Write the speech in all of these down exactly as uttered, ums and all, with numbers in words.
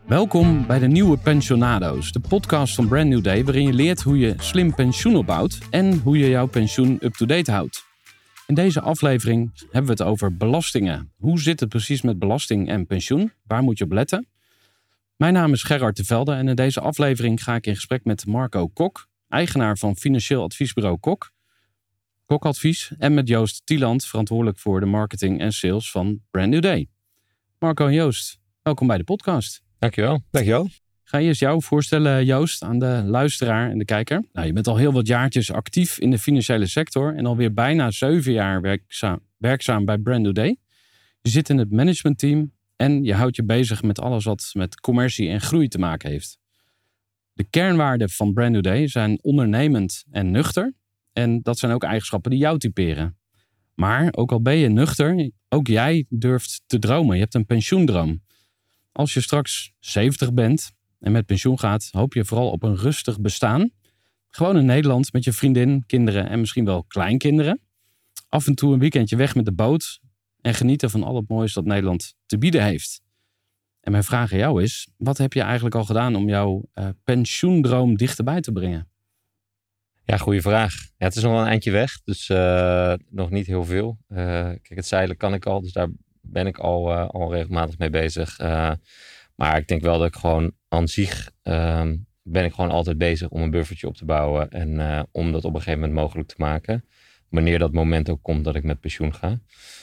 Welkom bij de Nieuwe Pensionado's, de podcast van Brand New Day, waarin je leert hoe je slim pensioen opbouwt en hoe je jouw pensioen up-to-date houdt. In deze aflevering hebben we het over belastingen. Hoe zit het precies met belasting en pensioen? Waar moet je op letten? Mijn naam is Gerard de Velde en in deze aflevering ga ik in gesprek met Marco Kok, eigenaar van financieel adviesbureau Kok, Kok Advies, en met Joost Tieland, verantwoordelijk voor de marketing en sales van Brand New Day. Marco en Joost, welkom bij de podcast. Dankjewel. Dankjewel. Ik ga eerst jou voorstellen, Joost, aan de luisteraar en de kijker. Nou, je bent al heel wat jaartjes actief in de financiële sector en alweer bijna zeven jaar werkzaam, werkzaam bij Brand New Day. Je zit in het managementteam en je houdt je bezig met alles wat met commercie en groei te maken heeft. De kernwaarden van Brand New Day zijn ondernemend en nuchter. En dat zijn ook eigenschappen die jou typeren. Maar ook al ben je nuchter, ook jij durft te dromen. Je hebt een pensioendroom. Als je straks zeventig bent en met pensioen gaat, hoop je vooral op een rustig bestaan. Gewoon in Nederland met je vriendin, kinderen en misschien wel kleinkinderen. Af en toe een weekendje weg met de boot en genieten van al het moois dat Nederland te bieden heeft. En mijn vraag aan jou is, wat heb je eigenlijk al gedaan om jouw uh, pensioendroom dichterbij te brengen? Ja, goede vraag. Ja, het is nog wel een eindje weg, dus uh, nog niet heel veel. Uh, kijk, het zeilen kan ik al, dus daar ben ik al, uh, al regelmatig mee bezig. Uh, maar ik denk wel dat ik gewoon aan zich uh, ben ik gewoon altijd bezig om een buffertje op te bouwen. En uh, om dat op een gegeven moment mogelijk te maken. Wanneer dat moment ook komt dat ik met pensioen ga.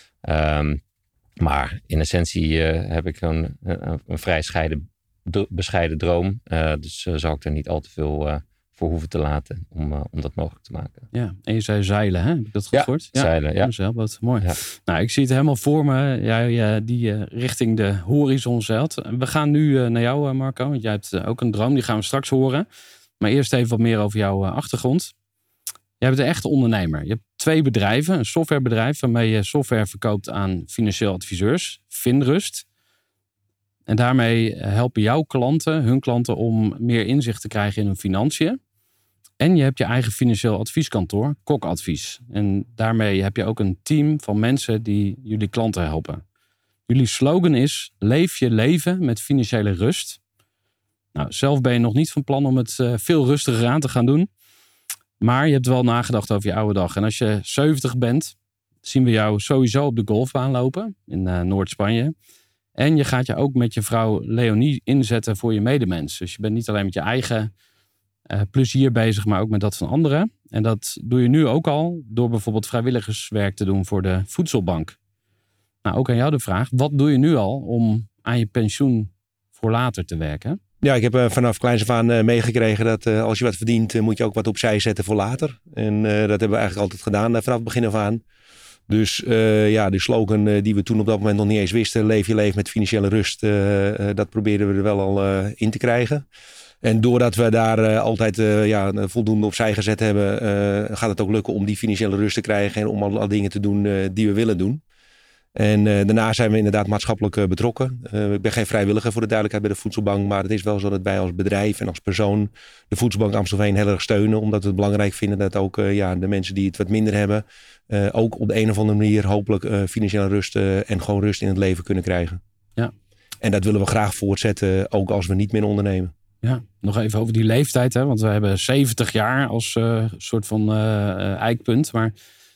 Um, maar in essentie uh, heb ik een, een, een vrij scheiden, bescheiden droom. Uh, dus uh, zou ik er niet al te veel uh, voor hoeven te laten om, uh, om dat mogelijk te maken. Ja, en je zei zeilen, hè? Heb ik dat goed ja, gehoord? Ja, zeilen, ja. Een zeilboot, mooi. Ja. Nou, ik zie het helemaal voor me, jij die uh, richting de horizon zeilt. We gaan nu uh, naar jou, uh, Marco, want jij hebt uh, ook een droom, die gaan we straks horen. Maar eerst even wat meer over jouw uh, achtergrond. Jij bent een echte ondernemer. Je hebt twee bedrijven, een softwarebedrijf waarmee je software verkoopt aan financieel adviseurs, Finrust. En daarmee helpen jouw klanten, hun klanten, om meer inzicht te krijgen in hun financiën. En je hebt je eigen financieel advieskantoor, Kok Advies. En daarmee heb je ook een team van mensen die jullie klanten helpen. Jullie slogan is, leef je leven met financiële rust. Nou, zelf ben je nog niet van plan om het uh, veel rustiger aan te gaan doen. Maar je hebt wel nagedacht over je oude dag. En als je zeventig bent, zien we jou sowieso op de golfbaan lopen in uh, Noord-Spanje. En je gaat je ook met je vrouw Leonie inzetten voor je medemens. Dus je bent niet alleen met je eigen uh, plezier bezig, maar ook met dat van anderen. En dat doe je nu ook al door bijvoorbeeld vrijwilligerswerk te doen voor de voedselbank. Nou, ook aan jou de vraag, wat doe je nu al om aan je pensioen voor later te werken? Ja, ik heb uh, vanaf kleins af aan uh, meegekregen dat uh, als je wat verdient, uh, moet je ook wat opzij zetten voor later. En uh, dat hebben we eigenlijk altijd gedaan uh, vanaf het begin af aan. Dus uh, ja, de slogan uh, die we toen op dat moment nog niet eens wisten, leef je leven met financiële rust, uh, uh, dat probeerden we er wel al uh, in te krijgen. En doordat we daar uh, altijd uh, ja, voldoende opzij gezet hebben, uh, gaat het ook lukken om die financiële rust te krijgen en om alle dingen te doen uh, die we willen doen. En uh, daarna zijn we inderdaad maatschappelijk uh, betrokken. Uh, ik ben geen vrijwilliger voor de duidelijkheid bij de Voedselbank. Maar het is wel zo dat wij als bedrijf en als persoon de Voedselbank Amstelveen heel erg steunen. Omdat we het belangrijk vinden dat ook uh, ja, de mensen die het wat minder hebben, Uh, ook op de een of andere manier hopelijk uh, financiële rust uh, en gewoon rust in het leven kunnen krijgen. Ja. En dat willen we graag voortzetten, ook als we niet meer ondernemen. Ja, nog even over die leeftijd, hè? Want we hebben zeventig jaar als uh, soort van uh, eikpunt. Maar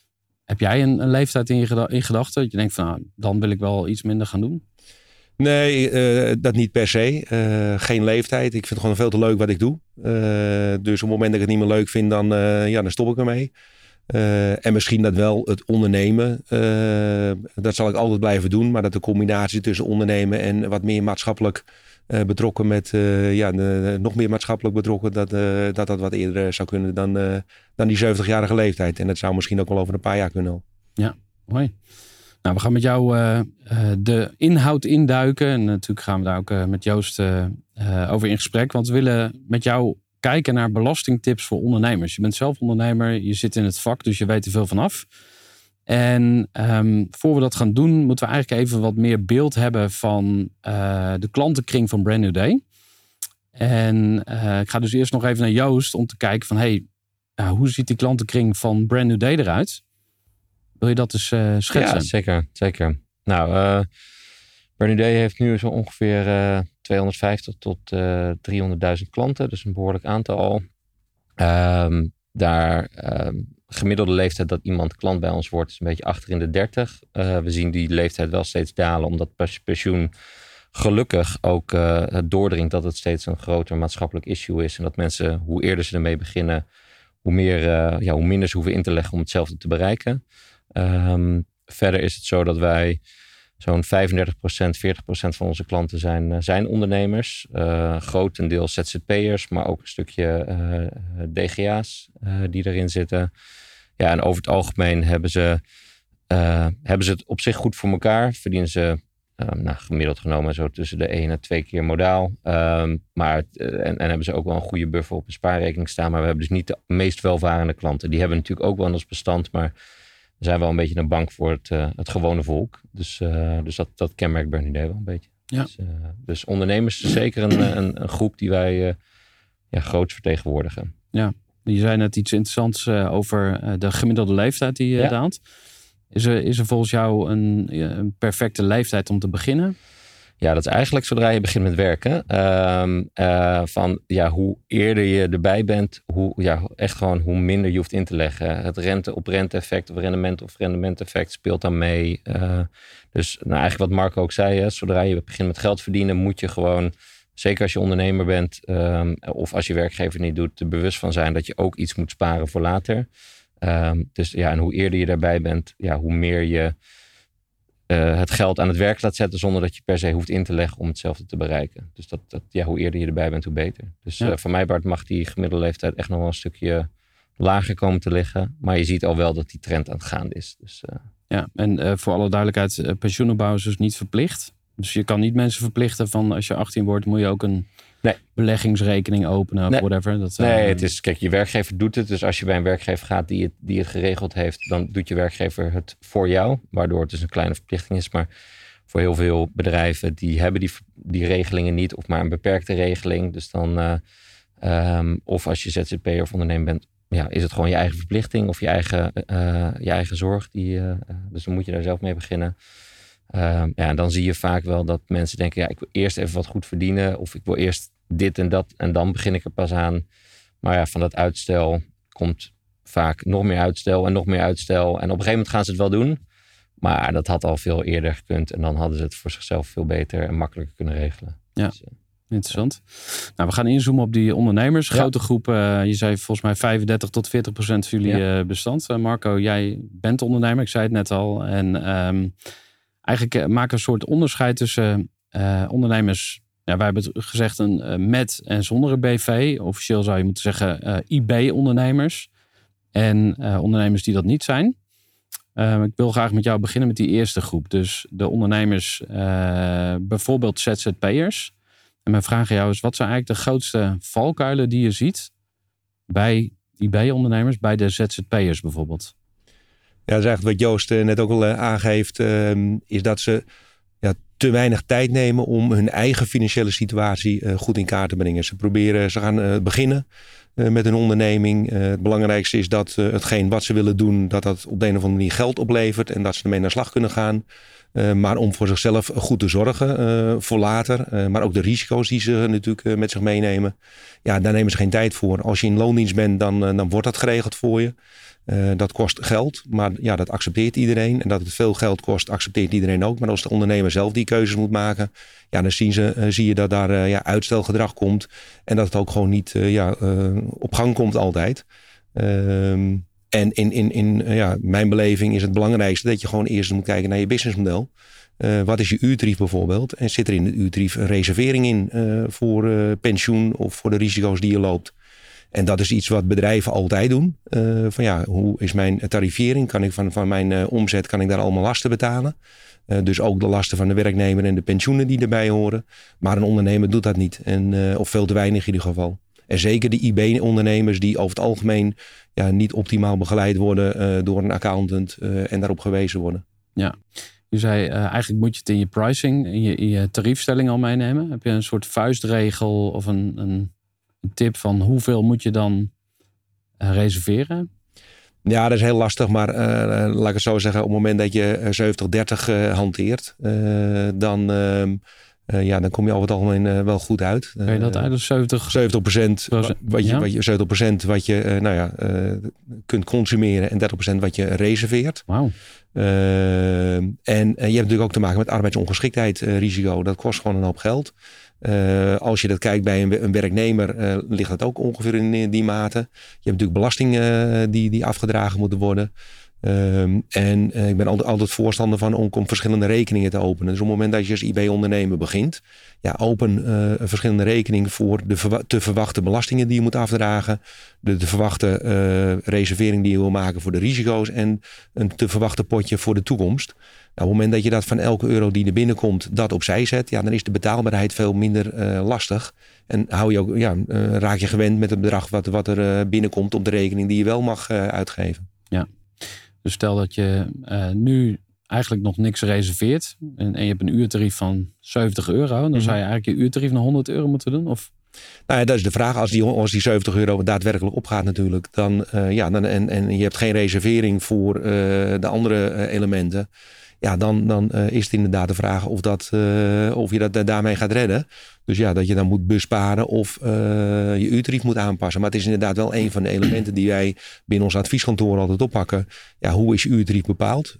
heb jij een, een leeftijd in je geda- in gedachten? Dat je denkt van, nou, dan wil ik wel iets minder gaan doen? Nee, uh, dat niet per se. Uh, geen leeftijd. Ik vind het gewoon veel te leuk wat ik doe. Uh, dus op het moment dat ik het niet meer leuk vind, dan, uh, ja, dan stop ik ermee. Uh, en misschien dat wel het ondernemen, uh, dat zal ik altijd blijven doen. Maar dat de combinatie tussen ondernemen en wat meer maatschappelijk uh, betrokken met, uh, ja, de, nog meer maatschappelijk betrokken, dat, uh, dat dat wat eerder zou kunnen dan, uh, dan die zeventigjarige leeftijd. En dat zou misschien ook wel over een paar jaar kunnen al. Ja, mooi. Nou, we gaan met jou uh, uh, de inhoud induiken. En natuurlijk gaan we daar ook uh, met Joost uh, uh, over in gesprek. Want we willen met jou kijken naar belastingtips voor ondernemers. Je bent zelf ondernemer, je zit in het vak, dus je weet er veel vanaf. En um, voor we dat gaan doen, moeten we eigenlijk even wat meer beeld hebben van uh, de klantenkring van Brand New Day. En uh, ik ga dus eerst nog even naar Joost om te kijken van, hey, uh, hoe ziet die klantenkring van Brand New Day eruit? Wil je dat eens uh, schetsen? Ja, zeker. zeker. Nou, uh, Bernidé heeft nu zo ongeveer uh, tweehonderdvijftig tot uh, driehonderdduizend klanten. Dus een behoorlijk aantal al. Um, daar um, gemiddelde leeftijd dat iemand klant bij ons wordt is een beetje achter in de dertig. Uh, we zien die leeftijd wel steeds dalen, omdat pensioen gelukkig ook uh, doordringt dat het steeds een groter maatschappelijk issue is. En dat mensen, hoe eerder ze ermee beginnen, hoe, meer, uh, ja, hoe minder ze hoeven in te leggen om hetzelfde te bereiken. Um, verder is het zo dat wij zo'n vijfendertig procent, veertig procent van onze klanten zijn, uh, zijn ondernemers. Uh, grotendeels Z Z P'ers, maar ook een stukje uh, D G A's uh, die erin zitten. Ja, en over het algemeen hebben ze, uh, hebben ze het op zich goed voor elkaar. Verdienen ze um, nou, gemiddeld genomen zo tussen de één en twee keer modaal. Um, maar, uh, en, en hebben ze ook wel een goede buffer op een spaarrekening staan. Maar we hebben dus niet de meest welvarende klanten. Die hebben we natuurlijk ook wel in ons bestand, maar we zijn wel een beetje een bank voor het, uh, het gewone volk. Dus, uh, dus dat, dat kenmerkt Bernidé wel een beetje. Ja. Dus, uh, dus ondernemers is zeker een, een, een groep die wij uh, ja, groots vertegenwoordigen. Ja, je zei net iets interessants uh, over uh, de gemiddelde leeftijd die je uh, ja. daalt. Is er, is er volgens jou een, een perfecte leeftijd om te beginnen? Ja, dat is eigenlijk zodra je begint met werken. Um, uh, van ja, hoe eerder je erbij bent, hoe, ja, echt gewoon hoe minder je hoeft in te leggen. Het rente op rente effect of rendement of rendement effect speelt dan mee. Uh, dus nou, eigenlijk wat Marco ook zei, hè, zodra je begint met geld verdienen, moet je gewoon, zeker als je ondernemer bent um, of als je werkgever niet doet, er bewust van zijn dat je ook iets moet sparen voor later. Um, dus ja, en hoe eerder je daarbij bent, ja, hoe meer je Uh, het geld aan het werk laat zetten zonder dat je per se hoeft in te leggen om hetzelfde te bereiken. Dus dat, dat, ja, hoe eerder je erbij bent, hoe beter. Dus ja. uh, voor mij, Bart, mag die gemiddelde leeftijd echt nog wel een stukje lager komen te liggen. Maar je ziet al wel dat die trend aan het gaan is. Dus, uh... Ja, en uh, voor alle duidelijkheid, uh, pensioenopbouw is dus niet verplicht. Dus je kan niet mensen verplichten van als je achttien wordt, moet je ook een nee. beleggingsrekening openen of nee. whatever. Dat, uh, nee, het is, kijk, je werkgever doet het. Dus als je bij een werkgever gaat die het, die het geregeld heeft, dan doet je werkgever het voor jou. Waardoor het dus een kleine verplichting is. Maar voor heel veel bedrijven, die hebben die, die regelingen niet. Of maar een beperkte regeling. Dus dan, uh, um, of als je Z Z P'er of ondernemer bent, ja, is het gewoon je eigen verplichting. Of je eigen, uh, je eigen zorg. Die, uh, dus dan moet je daar zelf mee beginnen. Uh, ja, en dan zie je vaak wel dat mensen denken, ja, ik wil eerst even wat goed verdienen. Of ik wil eerst dit en dat en dan begin ik er pas aan. Maar ja, van dat uitstel komt vaak nog meer uitstel en nog meer uitstel. En op een gegeven moment gaan ze het wel doen. Maar dat had al veel eerder gekund. En dan hadden ze het voor zichzelf veel beter en makkelijker kunnen regelen. Ja, dus, uh, interessant. Nou, we gaan inzoomen op die ondernemers. Ja. Grote groep, uh, je zei volgens mij vijfendertig tot veertig procent van jullie ja. uh, bestand. Uh, Marco, jij bent ondernemer, ik zei het net al. En um, eigenlijk uh, maak een soort onderscheid tussen uh, ondernemers. Ja, wij hebben het gezegd een uh, met en zonder een B V. Officieel zou je moeten zeggen uh, I B-ondernemers. En uh, ondernemers die dat niet zijn. Uh, ik wil graag met jou beginnen met die eerste groep. Dus de ondernemers, uh, bijvoorbeeld Z Z P'ers. En mijn vraag aan jou is, wat zijn eigenlijk de grootste valkuilen die je ziet bij I B-ondernemers, bij de Z Z P'ers bijvoorbeeld? Ja, dat is eigenlijk wat Joost uh, net ook al uh, aangeeft, uh, is dat ze ja, te weinig tijd nemen om hun eigen financiële situatie uh, goed in kaart te brengen. Ze proberen, ze gaan uh, beginnen uh, met een onderneming. Uh, het belangrijkste is dat uh, hetgeen wat ze willen doen, dat dat op de een of andere manier geld oplevert en dat ze ermee naar slag kunnen gaan. Uh, maar om voor zichzelf goed te zorgen uh, voor later. Uh, maar ook de risico's die ze natuurlijk uh, met zich meenemen. Ja, daar nemen ze geen tijd voor. Als je in loondienst bent, dan, uh, dan wordt dat geregeld voor je. Uh, dat kost geld, maar ja, dat accepteert iedereen. En dat het veel geld kost, accepteert iedereen ook. Maar als de ondernemer zelf die keuzes moet maken, ja, dan zien ze, uh, zie je dat daar uh, ja, uitstelgedrag komt. En dat het ook gewoon niet uh, ja, uh, op gang komt altijd. Uh, en in, in, in uh, ja, mijn beleving is het belangrijkste dat je gewoon eerst moet kijken naar je businessmodel. Uh, wat is je uurtarief bijvoorbeeld? En zit er in het uurtarief een reservering in uh, voor uh, pensioen of voor de risico's die je loopt? En dat is iets wat bedrijven altijd doen. Uh, van ja, hoe is mijn tarifering? Kan ik van, van mijn uh, omzet kan ik daar allemaal lasten betalen? Uh, dus ook de lasten van de werknemer en de pensioenen die erbij horen. Maar een ondernemer doet dat niet. En, uh, of veel te weinig in ieder geval. En zeker de I B-ondernemers die over het algemeen ja, niet optimaal begeleid worden uh, door een accountant uh, en daarop gewezen worden. Ja, je zei uh, eigenlijk moet je het in je pricing, in je, in je tariefstelling al meenemen. Heb je een soort vuistregel of een... een... een tip van hoeveel moet je dan uh, reserveren? Ja, dat is heel lastig. Maar uh, laat ik het zo zeggen. Op het moment dat je zeventig dertig uh, hanteert. Uh, dan, uh, uh, ja, dan kom je over het algemeen uh, wel goed uit. Kan je dat uit? Dus zeventig... zeventig procent wat je, ja. wat je, zeventig procent wat je uh, nou ja, uh, kunt consumeren. En dertig procent wat je reserveert. Wauw. Uh, en uh, je hebt natuurlijk ook te maken met arbeidsongeschiktheid uh, risico. Dat kost gewoon een hoop geld. Uh, als je dat kijkt bij een, een werknemer, uh, ligt dat ook ongeveer in die mate. Je hebt natuurlijk belastingen uh, die, die afgedragen moeten worden. Uh, en uh, ik ben altijd, altijd voorstander van om, om verschillende rekeningen te openen. Dus op het moment dat je als I B-ondernemer begint, ja, open uh, een verschillende rekening voor de verwa- te verwachte belastingen die je moet afdragen. De te verwachte uh, reservering die je wil maken voor de risico's en een te verwachte potje voor de toekomst. Nou, op het moment dat je dat van elke euro die er binnenkomt, dat opzij zet, ja, dan is de betaalbaarheid veel minder uh, lastig. En hou je ook, ja, uh, raak je gewend met het bedrag wat, wat er uh, binnenkomt op de rekening die je wel mag uh, uitgeven. Ja, dus stel dat je uh, nu eigenlijk nog niks reserveert en, en je hebt een uurtarief van zeventig euro, dan mm-hmm. zou je eigenlijk je uurtarief naar honderd euro moeten doen? Of? Nou ja, dat is de vraag. Als die, als die zeventig euro daadwerkelijk opgaat natuurlijk, dan, uh, ja, dan, en, en je hebt geen reservering voor uh, de andere uh, elementen. Ja, dan, dan uh, is het inderdaad de vraag of, dat, uh, of je dat uh, daarmee gaat redden. Dus ja, dat je dan moet besparen of uh, je uurtarief moet aanpassen. Maar het is inderdaad wel een van de elementen die wij binnen ons advieskantoor altijd oppakken. Ja, hoe is je uurtarief bepaald?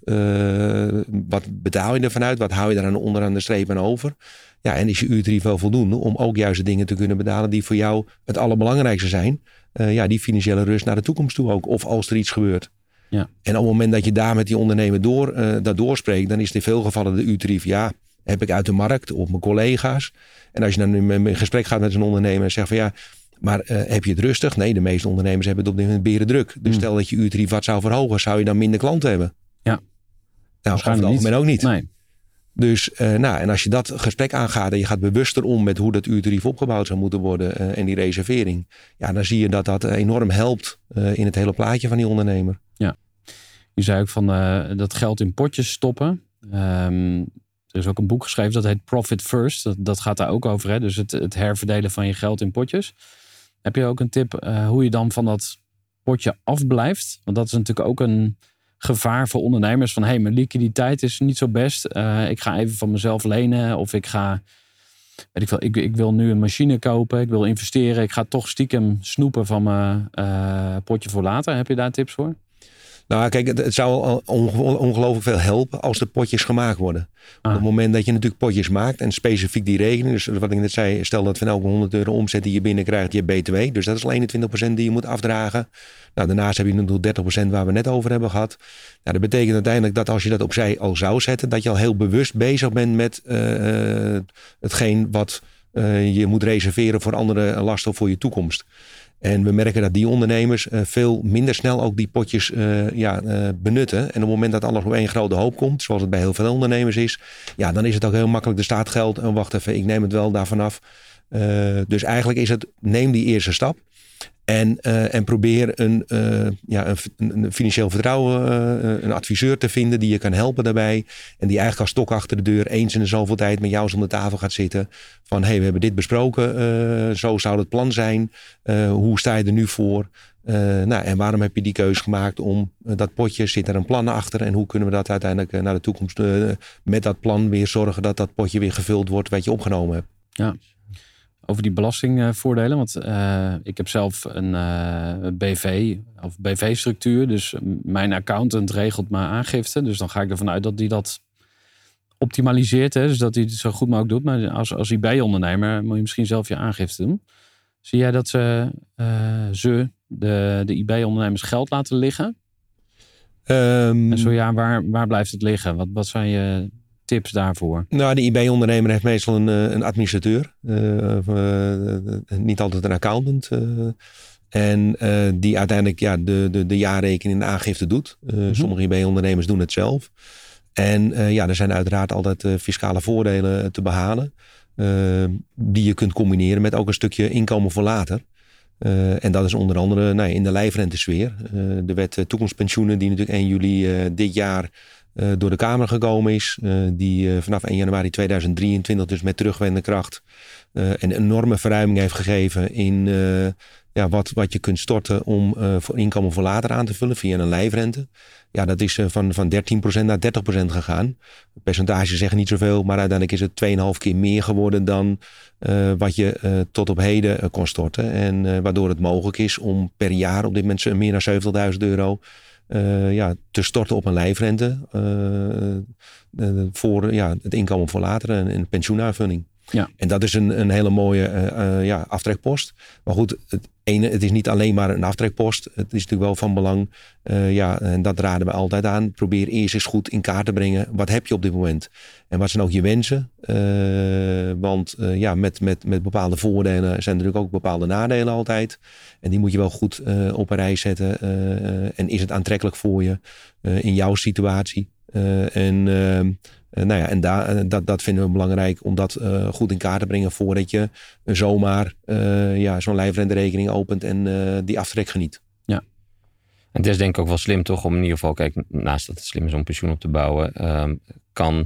Uh, wat betaal je ervan uit? Wat hou je er aan onderaan de streep aan over? Ja, en is je uurtarief wel voldoende om ook juist de dingen te kunnen betalen die voor jou het allerbelangrijkste zijn? Uh, ja, die financiële rust naar de toekomst toe ook. Of als er iets gebeurt. Ja. En op het moment dat je daar met die ondernemer door, uh, dat doorspreekt, dan is het in veel gevallen de uurtarief, ja, heb ik uit de markt of mijn collega's. En als je dan nu in gesprek gaat met zo'n ondernemer en zegt van ja, maar uh, heb je het rustig? Nee, de meeste ondernemers hebben het op dit moment beren druk. Dus hmm. stel dat je uurtarief wat zou verhogen, zou je dan minder klanten hebben? Ja. Nou, over het algemeen ook niet. Nee. Dus uh, nou, en als je dat gesprek aangaat en je gaat bewuster om met hoe dat uurtarief opgebouwd zou moeten worden uh, en die reservering, ja, dan zie je dat dat enorm helpt uh, in het hele plaatje van die ondernemer. Ja. Je zei ook van uh, dat geld in potjes stoppen. Um, er is ook een boek geschreven dat heet Profit First. Dat, dat gaat daar ook over. Hè? Dus het, het herverdelen van je geld in potjes. Heb je ook een tip uh, hoe je dan van dat potje afblijft? Want dat is natuurlijk ook een gevaar voor ondernemers. Van hé, hey, mijn liquiditeit is niet zo best. Uh, ik ga even van mezelf lenen. Of ik ga, weet ik veel, ik, ik wil nu een machine kopen. Ik wil investeren. Ik ga toch stiekem snoepen van mijn uh, potje voor later. Heb je daar tips voor? Nou, kijk, het, het zou ongelooflijk veel helpen als de potjes gemaakt worden. Ah. Op het moment dat je natuurlijk potjes maakt en specifiek die rekening, dus wat ik net zei, stel dat van elke honderd euro omzet die je binnenkrijgt, je B T W. Dus dat is al eenentwintig procent die je moet afdragen. Nou, daarnaast heb je natuurlijk dertig procent waar we net over hebben gehad. Nou, dat betekent uiteindelijk dat als je dat opzij al zou zetten, dat je al heel bewust bezig bent met uh, hetgeen wat uh, je moet reserveren voor andere lasten of voor je toekomst. En we merken dat die ondernemers uh, veel minder snel ook die potjes uh, ja, uh, benutten. En op het moment dat alles op één grote hoop komt, zoals het bij heel veel ondernemers is, ja, dan is het ook heel makkelijk, er staat geld en wacht even, ik neem het wel daarvan af. Uh, dus eigenlijk is het, neem die eerste stap. En, uh, en probeer een, uh, ja, een, een financieel vertrouwen, uh, een adviseur te vinden die je kan helpen daarbij. En die eigenlijk als stok achter de deur eens in de zoveel tijd met jou om de tafel gaat zitten. Van hé, hey, we hebben dit besproken. Uh, zo zou het plan zijn. Uh, hoe sta je er nu voor? Uh, nou, en waarom heb je die keuze gemaakt om uh, dat potje? Zit er een plan achter? En hoe kunnen we dat uiteindelijk uh, naar de toekomst uh, met dat plan weer zorgen dat dat potje weer gevuld wordt wat je opgenomen hebt? Ja. Over die belastingvoordelen. Want uh, ik heb zelf een uh, B V of B V-structuur. Dus mijn accountant regelt mijn aangifte. Dus dan ga ik ervan uit dat die dat optimaliseert. Hè? Dus dat hij het zo goed mogelijk doet. Maar als, als I B-ondernemer moet je misschien zelf je aangifte doen. Zie jij dat ze, uh, ze de, de I B-ondernemers geld laten liggen? Um, en zo ja, waar, waar blijft het liggen? Wat, wat zijn je tips daarvoor? Nou, de I B-ondernemer heeft meestal een, een administrateur. Uh, uh, niet altijd een accountant. Uh, en uh, die uiteindelijk ja, de, de, de jaarrekening en de aangifte doet. Uh, mm-hmm. Sommige I B-ondernemers doen het zelf. En uh, ja, er zijn uiteraard altijd uh, fiscale voordelen te behalen. Uh, die je kunt combineren met ook een stukje inkomen voor later. Uh, en dat is onder andere nou ja, in de lijfrentesfeer. Uh, de wet uh, toekomstpensioenen die natuurlijk één juli uh, dit jaar uh, door de Kamer gekomen is. Uh, die uh, vanaf één januari tweeduizend drieëntwintig dus met terugwerkende kracht uh, een enorme verruiming heeft gegeven in uh, ja, wat, wat je kunt storten om uh, voor inkomen voor later aan te vullen via een lijfrente. Ja, dat is uh, van, van dertien procent naar dertig procent gegaan. Percentages zeggen niet zoveel, maar uiteindelijk is het twee komma vijf keer meer geworden dan uh, wat je uh, tot op heden uh, kon storten. En uh, waardoor het mogelijk is om per jaar op dit moment meer dan zeventigduizend euro uh, ja, te storten op een lijfrente. Uh, uh, voor ja, het inkomen voor later en, en pensioenaanvulling. Ja. En dat is een, een hele mooie uh, uh, ja, aftrekpost. Maar goed, het, ene, het is niet alleen maar een aftrekpost. Het is natuurlijk wel van belang. Uh, ja, en dat raden we altijd aan. Probeer eerst eens goed in kaart te brengen. Wat heb je op dit moment? En wat zijn ook je wensen? Uh, want uh, ja, met, met, met bepaalde voordelen zijn er natuurlijk ook bepaalde nadelen altijd. En die moet je wel goed uh, op een rij zetten. Uh, en is het aantrekkelijk voor je uh, in jouw situatie? Uh, en... Uh, Uh, nou ja, en daar, dat, dat vinden we belangrijk om dat uh, goed in kaart te brengen voordat je zomaar uh, ja, zo'n lijfrenterekening opent en uh, die aftrek geniet. Ja. En het is denk ik ook wel slim toch om in ieder geval, kijk, naast dat het slim is om pensioen op te bouwen, um, kan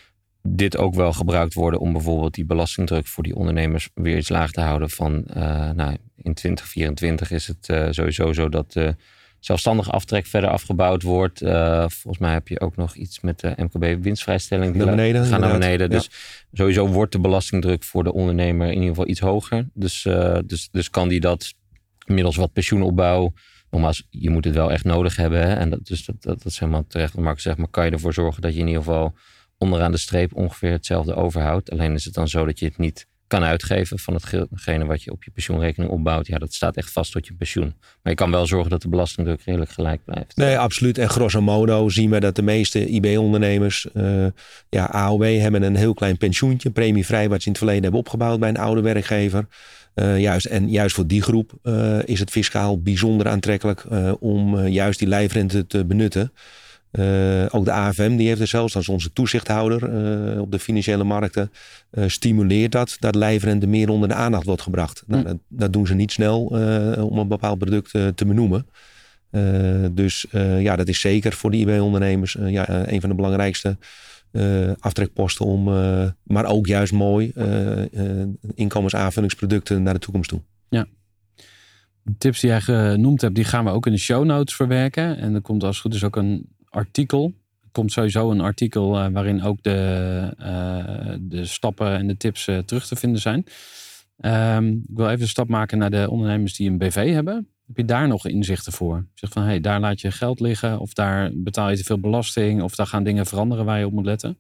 dit ook wel gebruikt worden om bijvoorbeeld die belastingdruk voor die ondernemers weer iets laag te houden van, uh, nou, in twintig vierentwintig is het uh, sowieso zo dat uh, zelfstandige aftrek verder afgebouwd wordt. Uh, volgens mij heb je ook nog iets met de M K B-winstvrijstelling. Die naar beneden, gaan naar beneden. Ja. Dus sowieso wordt de belastingdruk voor de ondernemer in ieder geval iets hoger. Dus, uh, dus, dus kan die dat middels wat pensioenopbouw. Nogmaals, je moet het wel echt nodig hebben. Hè? En dat, dus dat, dat, dat is helemaal terecht wat Marco zegt. Maar kan je ervoor zorgen dat je in ieder geval onderaan de streep ongeveer hetzelfde overhoudt. Alleen is het dan zo dat je het niet kan uitgeven van hetgene wat je op je pensioenrekening opbouwt. Ja, dat staat echt vast tot je pensioen. Maar je kan wel zorgen dat de belastingdruk redelijk gelijk blijft. Nee, absoluut. En grosso modo zien we dat de meeste I B-ondernemers, uh, ja, A O W hebben een heel klein pensioentje, premievrij, wat ze in het verleden hebben opgebouwd bij een oude werkgever. Uh, juist, en juist voor die groep uh, is het fiscaal bijzonder aantrekkelijk uh, om uh, juist die lijfrente te benutten. Uh, ook de A F M die heeft er zelfs als onze toezichthouder uh, op de financiële markten uh, stimuleert dat, dat lijfrente meer onder de aandacht wordt gebracht. Mm. Nou, dat, dat doen ze niet snel uh, om een bepaald product uh, te benoemen. Uh, dus uh, ja, dat is zeker voor de I B-ondernemers uh, ja, uh, een van de belangrijkste uh, aftrekposten om, uh, maar ook juist mooi uh, uh, inkomensaanvullingsproducten naar de toekomst toe. Ja. De tips die jij genoemd hebt, die gaan we ook in de show notes verwerken. En er komt als het goed is ook een artikel. Er komt sowieso een artikel uh, waarin ook de, uh, de stappen en de tips uh, terug te vinden zijn. Um, ik wil even een stap maken naar de ondernemers die een B V hebben. Heb je daar nog inzichten voor? Zeg van, hey, daar laat je geld liggen. Of daar betaal je te veel belasting. Of daar gaan dingen veranderen waar je op moet letten.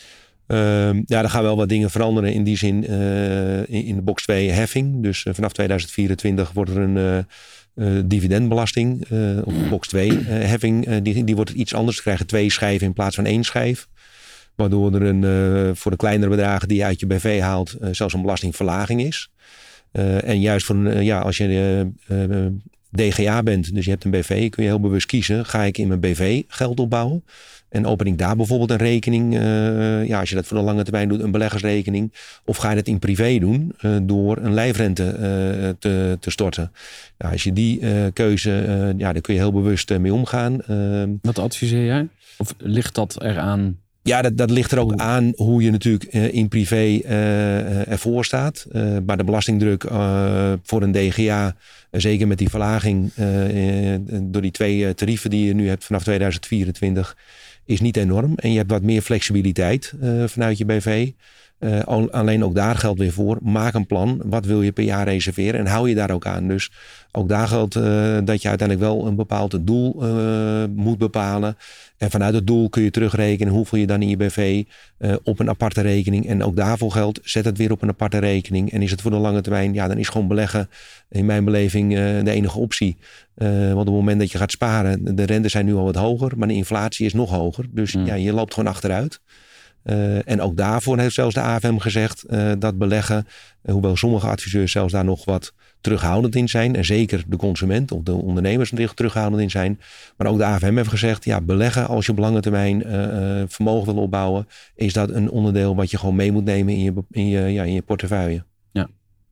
Uh, ja, er gaan wel wat dingen veranderen in die zin uh, in, in de box twee heffing. Dus uh, vanaf tweeduizend vierentwintig wordt er een uh, uh, dividendbelasting uh, op box twee uh, heffing. Uh, die, die wordt iets anders. Ze krijgen twee schijven in plaats van één schijf. Waardoor er een, uh, voor de kleinere bedragen die je uit je B V haalt uh, zelfs een belastingverlaging is. Uh, en juist voor een, uh, ja, als je uh, uh, D G A bent, dus je hebt een B V, kun je heel bewust kiezen. Ga ik in mijn B V geld opbouwen? En open ik daar bijvoorbeeld een rekening, uh, ja, als je dat voor de lange termijn doet, een beleggersrekening. Of ga je dat in privé doen uh, door een lijfrente uh, te, te storten. Nou, als je die uh, keuze, uh, ja, daar kun je heel bewust uh, mee omgaan. Uh, Wat adviseer jij? Of ligt dat eraan? Ja, dat, dat ligt er ook aan hoe je natuurlijk uh, in privé uh, ervoor staat. Uh, maar de belastingdruk uh, voor een D G A, uh, zeker met die verlaging uh, uh, door die twee uh, tarieven die je nu hebt vanaf tweeduizend vierentwintig, is niet enorm. En je hebt wat meer flexibiliteit uh, vanuit je B V. Uh, alleen ook daar geldt weer voor. Maak een plan. Wat wil je per jaar reserveren? En hou je daar ook aan. Dus ook daar geldt uh, dat je uiteindelijk wel een bepaald doel uh, moet bepalen. En vanuit het doel kun je terugrekenen hoeveel je dan in je B V uh, op een aparte rekening. En ook daarvoor geldt, zet het weer op een aparte rekening. En is het voor de lange termijn, ja, dan is gewoon beleggen in mijn beleving uh, de enige optie. Uh, want op het moment dat je gaat sparen, de rentes zijn nu al wat hoger, maar de inflatie is nog hoger. Dus mm. ja, je loopt gewoon achteruit. Uh, en ook daarvoor heeft zelfs de A F M gezegd uh, dat beleggen, uh, hoewel sommige adviseurs zelfs daar nog wat terughoudend in zijn. En zeker de consument of de ondernemers er terughoudend in zijn. Maar ook de A F M heeft gezegd, ja, beleggen als je op lange termijn uh, vermogen wil opbouwen, is dat een onderdeel wat je gewoon mee moet nemen in je, in je, ja, in je portefeuille. Ja.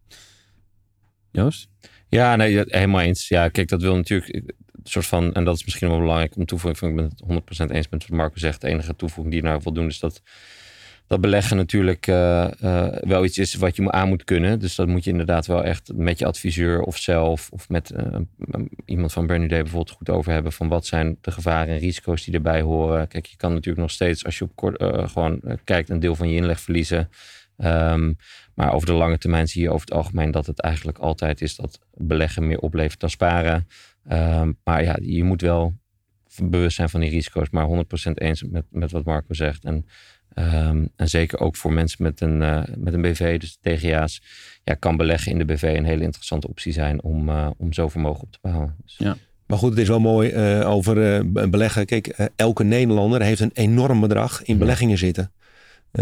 Joost? Ja, nee, helemaal eens. Ja, kijk, dat wil natuurlijk een soort van, en dat is misschien wel belangrijk om toe te voegen. Ik ben het honderd procent eens met wat Marco zegt. De enige toevoeging die je nou wil doen is dat dat beleggen natuurlijk uh, uh, wel iets is wat je aan moet kunnen. Dus dat moet je inderdaad wel echt met je adviseur of zelf... of met uh, iemand van Bermudet bijvoorbeeld goed over hebben... van wat zijn de gevaren en risico's die erbij horen. Kijk, je kan natuurlijk nog steeds, als je op kort, uh, gewoon uh, kijkt... een deel van je inleg verliezen. Um, maar over de lange termijn zie je over het algemeen... dat het eigenlijk altijd is dat beleggen meer oplevert dan sparen. Um, maar ja, je moet wel bewust zijn van die risico's... maar honderd procent eens met, met wat Marco zegt... En, Um, en zeker ook voor mensen met een, uh, met een B V, dus de T G A's... Ja, kan beleggen in de B V een hele interessante optie zijn... om, uh, om zo vermogen op te bouwen. Dus. Ja. Maar goed, het is wel mooi uh, over uh, beleggen. Kijk, uh, elke Nederlander heeft een enorm bedrag in beleggingen zitten. Uh,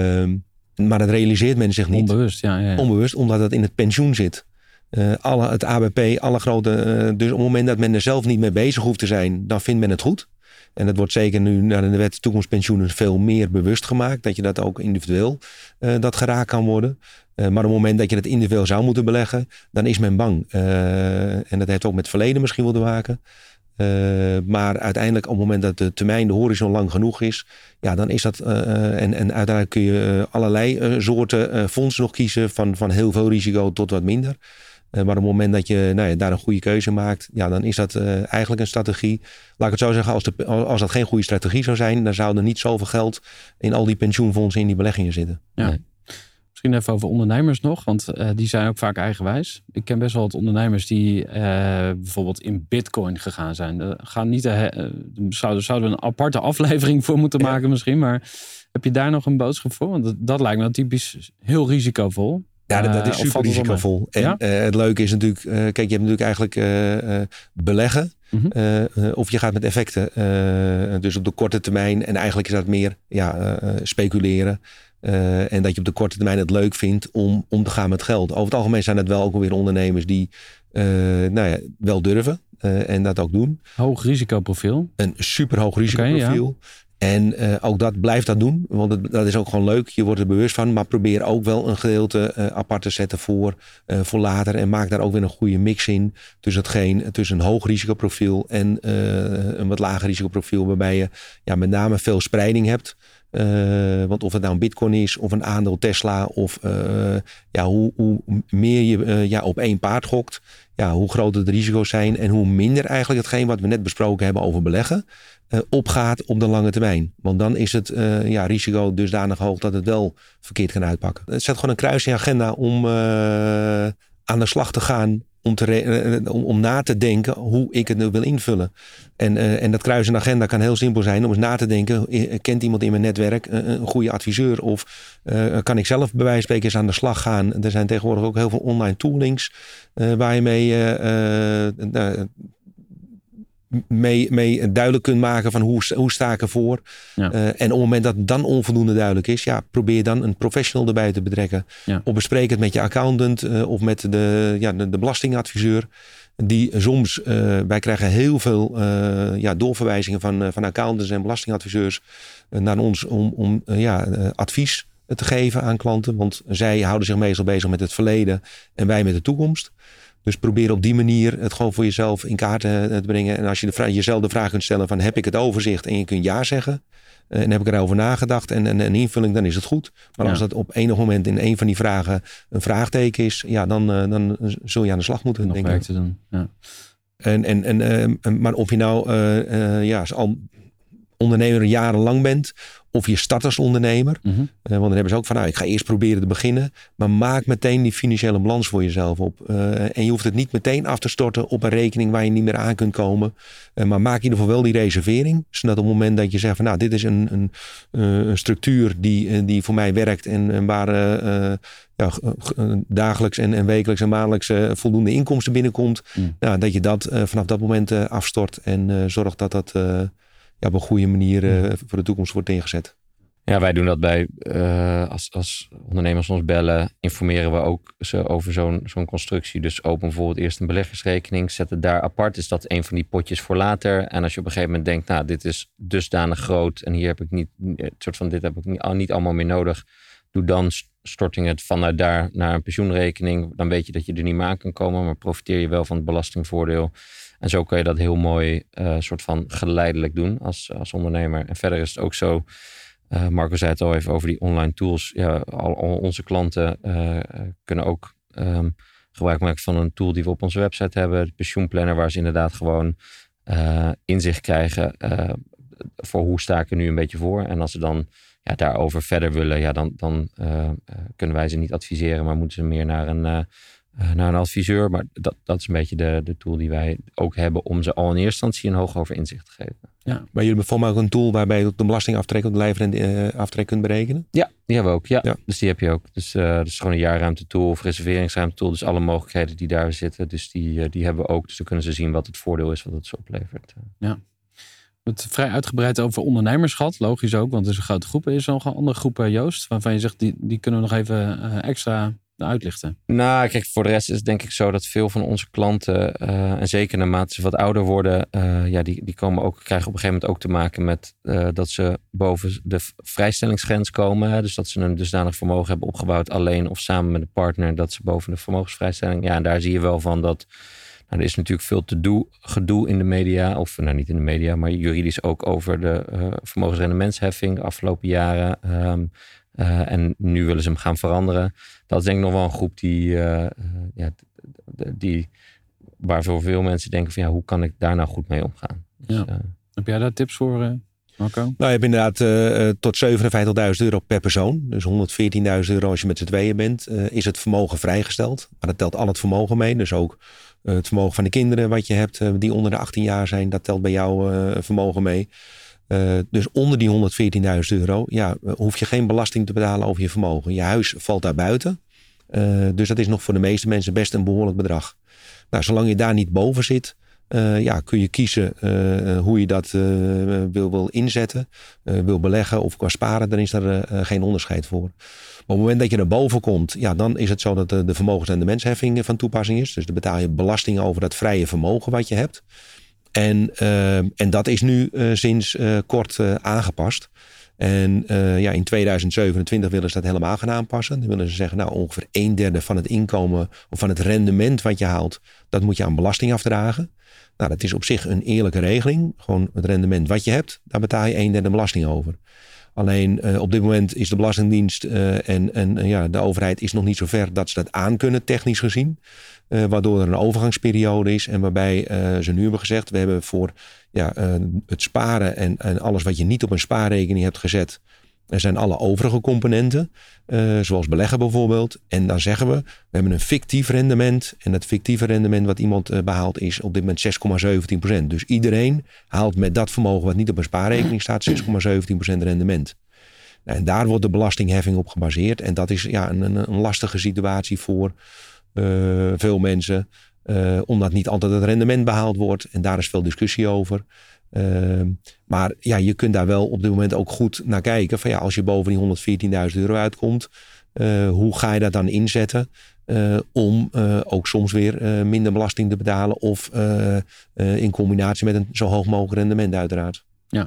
maar dat realiseert men zich niet. Onbewust, ja. ja, ja. Onbewust, omdat het in het pensioen zit. Uh, alle, het A B P, alle grote... Uh, dus op het moment dat men er zelf niet mee bezig hoeft te zijn... dan vindt men het goed. En dat wordt zeker nu naar de wet toekomstpensioenen veel meer bewust gemaakt. Dat je dat ook individueel uh, dat geraakt kan worden. Uh, maar op het moment dat je dat individueel zou moeten beleggen, dan is men bang. Uh, en dat heeft ook met het verleden misschien wel te maken. Uh, maar uiteindelijk op het moment dat de termijn, de horizon lang genoeg is, ja, dan is dat. Uh, en, en uiteindelijk kun je uh, allerlei uh, soorten uh, fondsen nog kiezen, van, van heel veel risico tot wat minder. Uh, maar op het moment dat je nou ja, daar een goede keuze maakt, ja, dan is dat uh, eigenlijk een strategie. Laat ik het zo zeggen, als, de, als dat geen goede strategie zou zijn, dan zou er niet zoveel geld in al die pensioenfondsen in die beleggingen zitten. Ja. Nee. Misschien even over ondernemers nog, want uh, die zijn ook vaak eigenwijs. Ik ken best wel wat ondernemers die uh, bijvoorbeeld in Bitcoin gegaan zijn. Uh, gaan niet, uh, zouden, zouden we een aparte aflevering voor moeten maken ja. misschien, maar heb je daar nog een boodschap voor? Want dat, dat lijkt me wel typisch heel risicovol. Ja, dat, dat is super uh, risicovol. En ja? uh, het leuke is natuurlijk, uh, kijk, je hebt natuurlijk eigenlijk uh, uh, beleggen. Mm-hmm. Uh, uh, of je gaat met effecten. Uh, dus op de korte termijn. En eigenlijk is dat meer ja, uh, speculeren. Uh, en dat je op de korte termijn het leuk vindt om om te gaan met geld. Over het algemeen zijn het wel ook alweer ondernemers die uh, nou ja, wel durven. Uh, en dat ook doen. Hoog risicoprofiel. Een super hoog risicoprofiel. Okay, ja. En uh, ook dat blijft dat doen. Want het, dat is ook gewoon leuk. Je wordt er bewust van. Maar probeer ook wel een gedeelte uh, apart te zetten voor, uh, voor later. En maak daar ook weer een goede mix in. Tussen, hetgeen, tussen een hoog risicoprofiel en uh, een wat lager risicoprofiel. Waarbij je ja, met name veel spreiding hebt. Uh, want of het nou een Bitcoin is of een aandeel Tesla. Of uh, ja, hoe, hoe meer je uh, ja, op één paard gokt. Ja, hoe groter de risico's zijn. En hoe minder eigenlijk hetgeen wat we net besproken hebben over beleggen. Uh, opgaat op de lange termijn. Want dan is het uh, ja, risico dusdanig hoog dat het wel verkeerd kan uitpakken. Het zet gewoon een kruis in je agenda om uh, aan de slag te gaan. Om, te re- uh, om, om na te denken hoe ik het nu wil invullen. En, uh, en dat kruis in de agenda kan heel simpel zijn. Om eens na te denken. Kent iemand in mijn netwerk uh, een goede adviseur? Of uh, kan ik zelf bij wijze van spreken eens aan de slag gaan? Er zijn tegenwoordig ook heel veel online toolings. Uh, waar je mee... Uh, uh, Mee, mee duidelijk kunt maken van hoe, hoe sta ik ervoor. Ja. Uh, en op het moment dat het dan onvoldoende duidelijk is, ja, probeer dan een professional erbij te betrekken. Ja. Of bespreek het met je accountant uh, of met de, ja, de, de belastingadviseur. Die soms, uh, wij krijgen heel veel uh, ja, doorverwijzingen van, uh, van accountants en belastingadviseurs uh, naar ons om, om uh, ja, uh, advies te geven aan klanten. Want zij houden zich meestal bezig met het verleden en wij met de toekomst. Dus probeer op die manier het gewoon voor jezelf in kaart te brengen. En als je de vraag, jezelf de vraag kunt stellen van heb ik het overzicht en je kunt ja zeggen. En heb ik erover nagedacht en, en een invulling, dan is het goed. Maar ja. als dat op enig moment in een van die vragen een vraagteken is. Ja, dan, dan zul je aan de slag moeten. Nog werk te doen. Ja. En, en, en, uh, maar of je nou uh, uh, ja, al ondernemer jarenlang bent. Of je startersondernemer. Mm-hmm. Uh, want dan hebben ze ook van, nou, ik ga eerst proberen te beginnen. Maar maak meteen die financiële balans voor jezelf op. Uh, en je hoeft het niet meteen af te storten op een rekening waar je niet meer aan kunt komen. Uh, maar maak in ieder geval wel die reservering. Zodat op het moment dat je zegt van, nou, dit is een, een, een structuur die, die voor mij werkt. En, en waar uh, ja, dagelijks en, en wekelijks en maandelijks uh, voldoende inkomsten binnenkomt. Mm. Nou, dat je dat uh, vanaf dat moment uh, afstort. En uh, zorgt dat dat... Uh, Ja, op een goede manier uh, voor de toekomst wordt ingezet. Ja, wij doen dat bij, uh, als, als ondernemers ons bellen, informeren we ook ze over zo'n, zo'n constructie. Dus open bijvoorbeeld eerst een beleggersrekening, zet het daar apart. Is dat een van die potjes voor later? En als je op een gegeven moment denkt, nou, dit is dusdanig groot en hier heb ik niet, het soort van dit heb ik niet, niet allemaal meer nodig. Doe dan storting het vanuit daar naar een pensioenrekening. Dan weet je dat je er niet meer aan kan komen, maar profiteer je wel van het belastingvoordeel. En zo kun je dat heel mooi uh, soort van geleidelijk doen als, als ondernemer. En verder is het ook zo, Uh, Marco zei het al even over die online tools. Ja, al, al onze klanten uh, kunnen ook um, gebruik maken van een tool die we op onze website hebben. De pensioenplanner, waar ze inderdaad gewoon uh, inzicht krijgen uh, voor hoe sta ik er nu een beetje voor. En als ze dan ja, daarover verder willen, ja, dan, dan uh, kunnen wij ze niet adviseren, maar moeten ze meer naar een, uh, naar een adviseur. Maar dat, dat is een beetje de, de tool die wij ook hebben om ze al in eerste instantie een hoog over inzicht te geven. Ja, maar jullie hebben volgens mij ook een tool waarbij je de belastingaftrek op de lijfrenteaftrek kunt berekenen? Ja, die hebben we ook. Ja. ja. Dus die heb je ook. Dus uh, dat is gewoon een jaarruimte tool of reserveringsruimte tool. Dus alle mogelijkheden die daar zitten, dus die, uh, die hebben we ook. Dus dan kunnen ze zien wat het voordeel is, wat het ze oplevert. Ja. We hebben het vrij uitgebreid over ondernemers gehad. Logisch ook, want het is een grote groep. Is er nog een andere groep, Joost, waarvan je zegt, die, die kunnen we nog even uh, extra uitlichten? Nou, kijk, voor de rest is het denk ik zo dat veel van onze klanten, uh, en zeker naarmate ze wat ouder worden, uh, ja, die, die komen ook, krijgen op een gegeven moment ook te maken met uh, dat ze boven de vrijstellingsgrens komen. Hè? Dus dat ze een dusdanig vermogen hebben opgebouwd, alleen of samen met een partner, dat ze boven de vermogensvrijstelling. Ja, en daar zie je wel van dat. Nou, er is natuurlijk veel te do, gedoe in de media, of nou niet in de media, maar juridisch ook over de uh, vermogensrendementsheffing de afgelopen jaren. Um, Uh, en nu willen ze hem gaan veranderen. Dat is denk ik nog wel een groep die, uh, ja, die waar voor veel mensen denken van ja, hoe kan ik daar nou goed mee omgaan? Dus, ja. uh, Heb jij daar tips voor, uh, Marco? Nou, je hebt inderdaad uh, tot zevenenvijftigduizend euro per persoon. Dus honderdveertienduizend euro als je met z'n tweeën bent. Uh, is het vermogen vrijgesteld. Maar dat telt al het vermogen mee. Dus ook uh, het vermogen van de kinderen wat je hebt, uh, die onder de achttien jaar zijn. Dat telt bij jou uh, vermogen mee. Uh, dus onder die honderdveertienduizend euro ja, hoef je geen belasting te betalen over je vermogen. Je huis valt daar buiten. Uh, dus dat is nog voor de meeste mensen best een behoorlijk bedrag. Nou, zolang je daar niet boven zit, uh, ja, kun je kiezen uh, hoe je dat uh, wil, wil inzetten, uh, wil beleggen of qua sparen. Dan is er uh, geen onderscheid voor. Maar op het moment dat je naar boven komt, ja, dan is het zo dat de, de vermogensrendementsheffing van toepassing is. Dus dan betaal je belasting over dat vrije vermogen wat je hebt. En, uh, en dat is nu uh, sinds uh, kort uh, aangepast. En uh, ja, in tweeduizend zevenentwintig willen ze dat helemaal gaan aanpassen. Dan willen ze zeggen, nou ongeveer een derde van het inkomen of van het rendement wat je haalt, dat moet je aan belasting afdragen. Nou, dat is op zich een eerlijke regeling. Gewoon het rendement wat je hebt, daar betaal je een derde belasting over. Alleen uh, op dit moment is de Belastingdienst uh, en, en uh, ja, de overheid is nog niet zo ver dat ze dat aan kunnen, technisch gezien. Uh, waardoor er een overgangsperiode is en waarbij uh, ze nu hebben gezegd, we hebben voor ja, uh, het sparen en, en alles wat je niet op een spaarrekening hebt gezet, er zijn alle overige componenten, uh, zoals beleggen bijvoorbeeld. En dan zeggen we, we hebben een fictief rendement. En dat fictieve rendement wat iemand uh, behaalt is op dit moment zes komma zeventien procent. Dus iedereen haalt met dat vermogen wat niet op een spaarrekening staat zes komma zeventien procent rendement. Nou, en daar wordt de belastingheffing op gebaseerd. En dat is ja, een, een, een lastige situatie voor uh, veel mensen. Uh, omdat niet altijd het rendement behaald wordt. En daar is veel discussie over. Uh, maar ja, je kunt daar wel op dit moment ook goed naar kijken. Van ja, als je boven die honderdveertienduizend euro uitkomt, uh, hoe ga je dat dan inzetten? Uh, om uh, ook soms weer uh, minder belasting te betalen. Of uh, uh, in combinatie met een zo hoog mogelijk rendement uiteraard. Ja.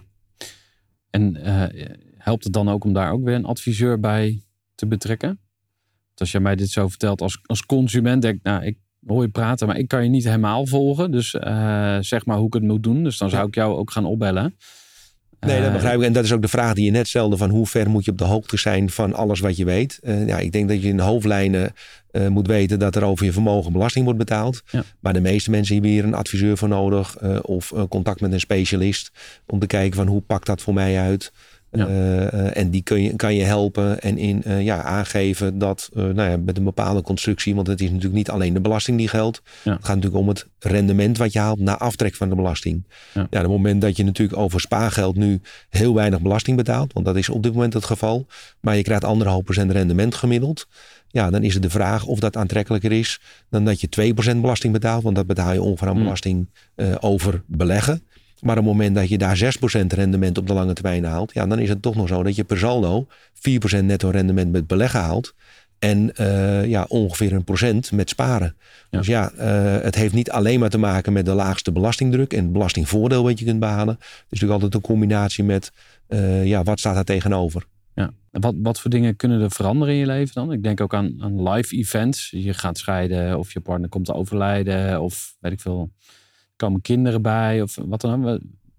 En uh, helpt het dan ook om daar ook weer een adviseur bij te betrekken? Want als jij mij dit zo vertelt als, als consument, denk ik, nou, ik hoor je praten, maar ik kan je niet helemaal volgen. Dus uh, zeg maar hoe ik het moet doen. Dus dan zou ik jou ook gaan opbellen. Nee, dat begrijp ik. En dat is ook de vraag die je net stelde, van hoe ver moet je op de hoogte zijn van alles wat je weet. Uh, ja, ik denk dat je in hoofdlijnen uh, moet weten dat er over je vermogen belasting wordt betaald. Ja. Maar de meeste mensen hebben hier een adviseur voor nodig. Uh, of uh, contact met een specialist. Om te kijken van hoe pakt dat voor mij uit. Ja. Uh, uh, en die kun je, kan je helpen en in, uh, ja, aangeven dat uh, nou ja, met een bepaalde constructie, want het is natuurlijk niet alleen de belasting die geldt. Ja. Het gaat natuurlijk om het rendement wat je haalt na aftrek van de belasting. Ja. Ja, op het moment dat je natuurlijk over spaargeld nu heel weinig belasting betaalt, want dat is op dit moment het geval, maar je krijgt anderhalf procent rendement gemiddeld. Ja, dan is het de vraag of dat aantrekkelijker is dan dat je twee procent belasting betaalt, want dat betaal je ongeveer aan belasting uh, over beleggen. Maar op het moment dat je daar zes procent rendement op de lange termijn haalt, ja, dan is het toch nog zo dat je per saldo vier procent netto rendement met beleggen haalt. En uh, ja, ongeveer een procent met sparen. Ja. Dus ja, uh, het heeft niet alleen maar te maken met de laagste belastingdruk en het belastingvoordeel wat je kunt behalen. Het is natuurlijk altijd een combinatie met, uh, ja, wat staat daar tegenover? Ja. En wat, wat voor dingen kunnen er veranderen in je leven dan? Ik denk ook aan, aan live events. Je gaat scheiden of je partner komt te overlijden of weet ik veel. Komen kinderen bij of wat dan ook?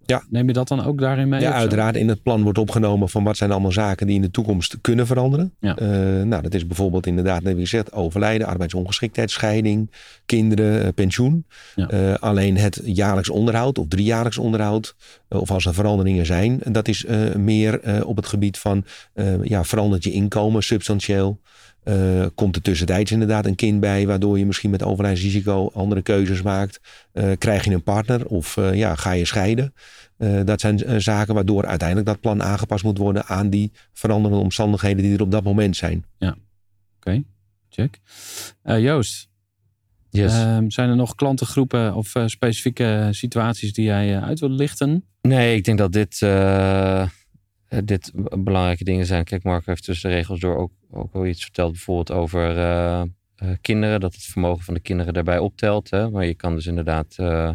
Ja. Neem je dat dan ook daarin mee? Ja, uiteraard. In het plan wordt opgenomen van wat zijn allemaal zaken die in de toekomst kunnen veranderen. Ja. Uh, nou, dat is bijvoorbeeld inderdaad, net wie gezegd, overlijden, arbeidsongeschiktheid, scheiding, kinderen, uh, pensioen. Ja. Uh, alleen het jaarlijks onderhoud of driejaarlijks onderhoud, uh, of als er veranderingen zijn, dat is uh, meer uh, op het gebied van uh, ja, verandert je inkomen substantieel. Uh, komt er tussentijds inderdaad een kind bij, waardoor je misschien met overlijdensrisico andere keuzes maakt. Uh, krijg je een partner of uh, ja, ga je scheiden? Uh, dat zijn uh, zaken waardoor uiteindelijk dat plan aangepast moet worden aan die veranderende omstandigheden die er op dat moment zijn. Ja, oké. Okay. Check. Uh, Joost, yes. uh, zijn er nog klantengroepen of uh, specifieke situaties die jij uh, uit wilt lichten? Nee, ik denk dat dit... Uh... dit belangrijke dingen zijn. Kijk, Marco heeft tussen de regels door ook, ook al iets verteld. Bijvoorbeeld over uh, uh, kinderen. Dat het vermogen van de kinderen daarbij optelt. Hè? Maar je kan dus inderdaad uh,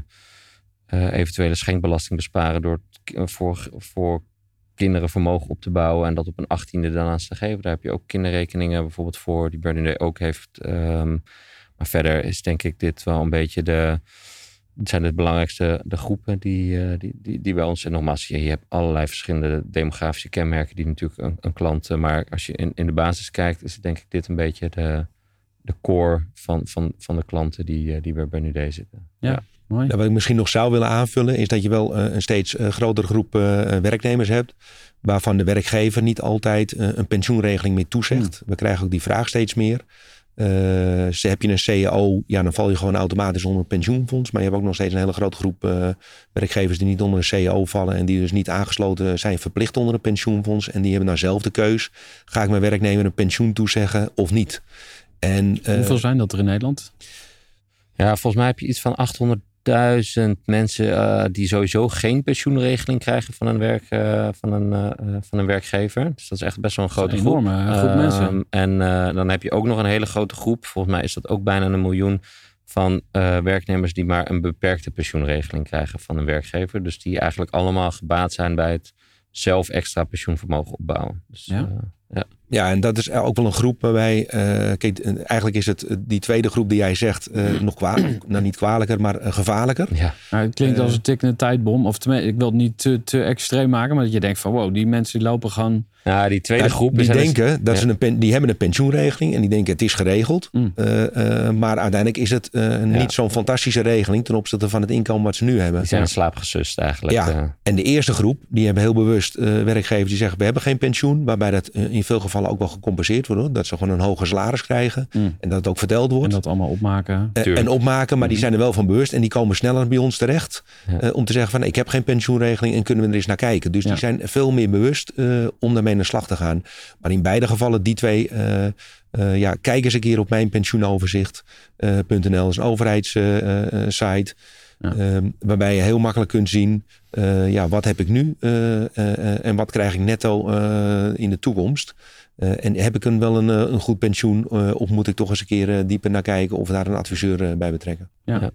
uh, eventuele schenkbelasting besparen. Door uh, voor, voor kinderen vermogen op te bouwen. En dat op een achttiende dan aan te geven. Daar heb je ook kinderrekeningen bijvoorbeeld voor. Die Bernadette ook heeft. Um, maar verder is denk ik dit wel een beetje de... Het zijn de belangrijkste de groepen die, die, die, die bij zijn. Nogmaals, je, je hebt allerlei verschillende demografische kenmerken die natuurlijk een, een klant... Maar als je in, in de basis kijkt, is denk ik dit een beetje de, de core van, van, van de klanten die, die bij Bernadette zitten. Ja, ja. Mooi. Nou, wat ik misschien nog zou willen aanvullen, is dat je wel uh, een steeds uh, grotere groep uh, werknemers hebt, waarvan de werkgever niet altijd uh, een pensioenregeling meer toezegt. Hmm. We krijgen ook die vraag steeds meer. Uh, dus heb je een C A O, ja, dan val je gewoon automatisch onder een pensioenfonds. Maar je hebt ook nog steeds een hele grote groep uh, werkgevers die niet onder een C A O vallen en die dus niet aangesloten zijn verplicht onder een pensioenfonds. En die hebben nou zelf de keus. Ga ik mijn werknemer een pensioen toezeggen of niet? En, uh, hoeveel zijn dat er in Nederland? Ja, volgens mij heb je iets van achthonderdduizend mensen uh, die sowieso geen pensioenregeling krijgen van een, werk, uh, van, een, uh, van een werkgever. Dus dat is echt best wel een grote groep. Een enorme groep uh, mensen. En uh, dan heb je ook nog een hele grote groep. Volgens mij is dat ook bijna een miljoen van uh, werknemers die maar een beperkte pensioenregeling krijgen van een werkgever. Dus die eigenlijk allemaal gebaat zijn bij het zelf extra pensioenvermogen opbouwen. Dus, ja. Uh, ja. Ja, en dat is ook wel een groep waarbij, uh, kijk, eigenlijk is het die tweede groep die jij zegt uh, nog kwalijk, nou niet kwalijker, maar uh, gevaarlijker. Ja. Nou, het klinkt uh, als een tikkende tijdbom. Of tenminste, ik wil het niet te, te extreem maken, maar dat je denkt van wow, die mensen die lopen gewoon... Nou, die tweede ja, groep... Die, denken dus, dat ja. ze een pen, die hebben een pensioenregeling en die denken het is geregeld. Mm. Uh, uh, maar uiteindelijk is het uh, ja. niet zo'n fantastische regeling ten opzichte van het inkomen wat ze nu hebben. Die zijn ja. slaapgesust eigenlijk. Ja. Uh. En de eerste groep, die hebben heel bewust uh, werkgevers die zeggen we hebben geen pensioen. Waarbij dat uh, in veel gevallen ook wel gecompenseerd wordt. Hoor. Dat ze gewoon een hoger salaris krijgen. Mm. En dat het ook verteld wordt. En dat allemaal opmaken. Uh, en opmaken, maar die zijn er wel van bewust. En die komen sneller bij ons terecht. Ja. Uh, om te zeggen van ik heb geen pensioenregeling en kunnen we er eens naar kijken. Dus ja. die zijn veel meer bewust uh, om daarmee naar de slag te gaan. Maar in beide gevallen die twee, uh, uh, ja, kijk eens een keer op mijn pensioenoverzicht punt n l. Dat is een overheidssite. Uh, ja. uh, waarbij je heel makkelijk kunt zien, uh, ja, wat heb ik nu uh, uh, uh, en wat krijg ik netto uh, in de toekomst. Uh, en heb ik een, wel een, een goed pensioen uh, of moet ik toch eens een keer uh, dieper naar kijken of daar een adviseur uh, bij betrekken. Ja. Ja.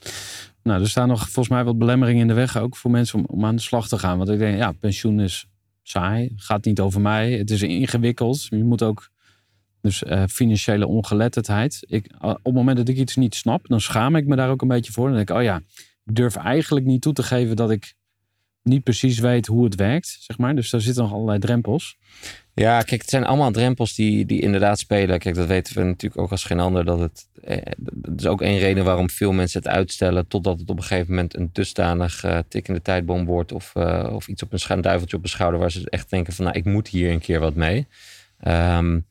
Nou, er staan nog volgens mij wat belemmeringen in de weg ook voor mensen om, om aan de slag te gaan. Want ik denk, ja, pensioen is saai, gaat niet over mij. Het is ingewikkeld. Je moet ook, dus uh, financiële ongeletterdheid. Ik, op het moment dat ik iets niet snap, dan schaam ik me daar ook een beetje voor. Dan denk ik, oh ja, ik durf eigenlijk niet toe te geven dat ik niet precies weet hoe het werkt, zeg maar. Dus daar zitten nog allerlei drempels. Ja, kijk, het zijn allemaal drempels die, die inderdaad spelen. Kijk, dat weten we natuurlijk ook als geen ander. Dat het, eh, dat is ook één reden waarom veel mensen het uitstellen totdat het op een gegeven moment een dusdanig uh, tikkende tijdbom wordt of, uh, of iets op een scha- duiveltje op een schouder waar ze echt denken van, nou, ik moet hier een keer wat mee. Um,